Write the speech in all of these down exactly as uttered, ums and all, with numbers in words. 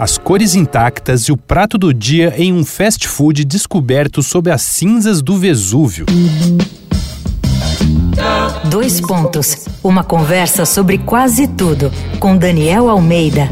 as cores intactas e o prato do dia em um fast food descoberto sob as cinzas do Vesúvio. Dois pontos. Uma conversa sobre quase tudo, com Daniel Almeida.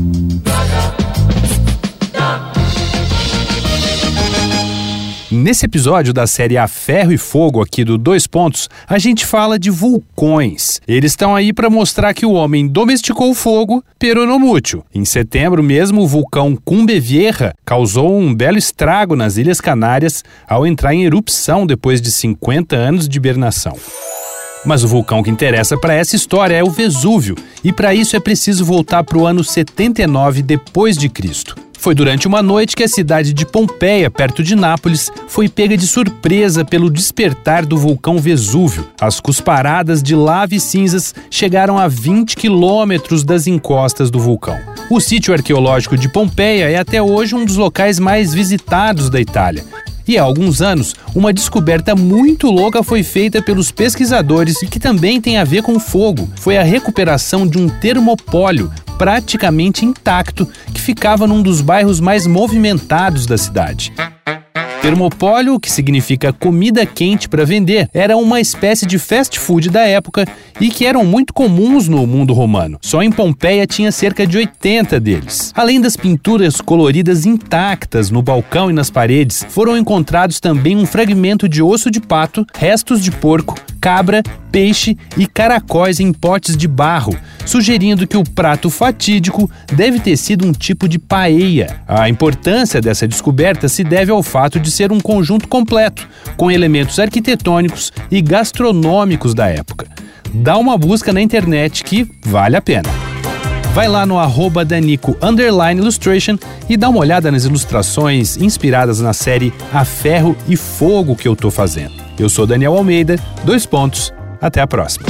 Nesse episódio da série A Ferro e Fogo aqui do Dois Pontos, a gente fala de vulcões. Eles estão aí para mostrar que o homem domesticou o fogo, pero no mucho. Em setembro mesmo, o vulcão Cumbe Vieja causou um belo estrago nas Ilhas Canárias ao entrar em erupção depois de cinquenta anos de hibernação. Mas o vulcão que interessa para essa história é o Vesúvio, e para isso é preciso voltar para o ano setenta e nove depois de Cristo. Foi durante uma noite que a cidade de Pompeia, perto de Nápoles, foi pega de surpresa pelo despertar do vulcão Vesúvio. As cusparadas de lava e cinzas chegaram a vinte quilômetros das encostas do vulcão. O sítio arqueológico de Pompeia é até hoje um dos locais mais visitados da Itália. E há alguns anos, uma descoberta muito louca foi feita pelos pesquisadores e que também tem a ver com fogo. Foi a recuperação de um termopóleo praticamente intacto que ficava num dos bairros mais movimentados da cidade. Termopóleo, que significa comida quente para vender, era uma espécie de fast food da época e que eram muito comuns no mundo romano. Só em Pompeia tinha cerca de oitenta deles. Além das pinturas coloridas intactas no balcão e nas paredes, foram encontrados também um fragmento de osso de pato, restos de porco, cabra, peixe e caracóis em potes de barro, sugerindo que o prato fatídico deve ter sido um tipo de paella. A importância dessa descoberta se deve ao fato de ser um conjunto completo, com elementos arquitetônicos e gastronômicos da época. Dá uma busca na internet que vale a pena. Vai lá no arroba Danico underline illustration e dá uma olhada nas ilustrações inspiradas na série A Ferro e Fogo que eu tô fazendo. Eu sou Daniel Almeida, dois pontos, até a próxima.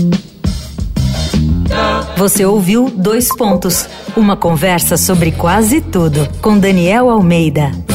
Você ouviu Dois Pontos, uma conversa sobre quase tudo com Daniel Almeida.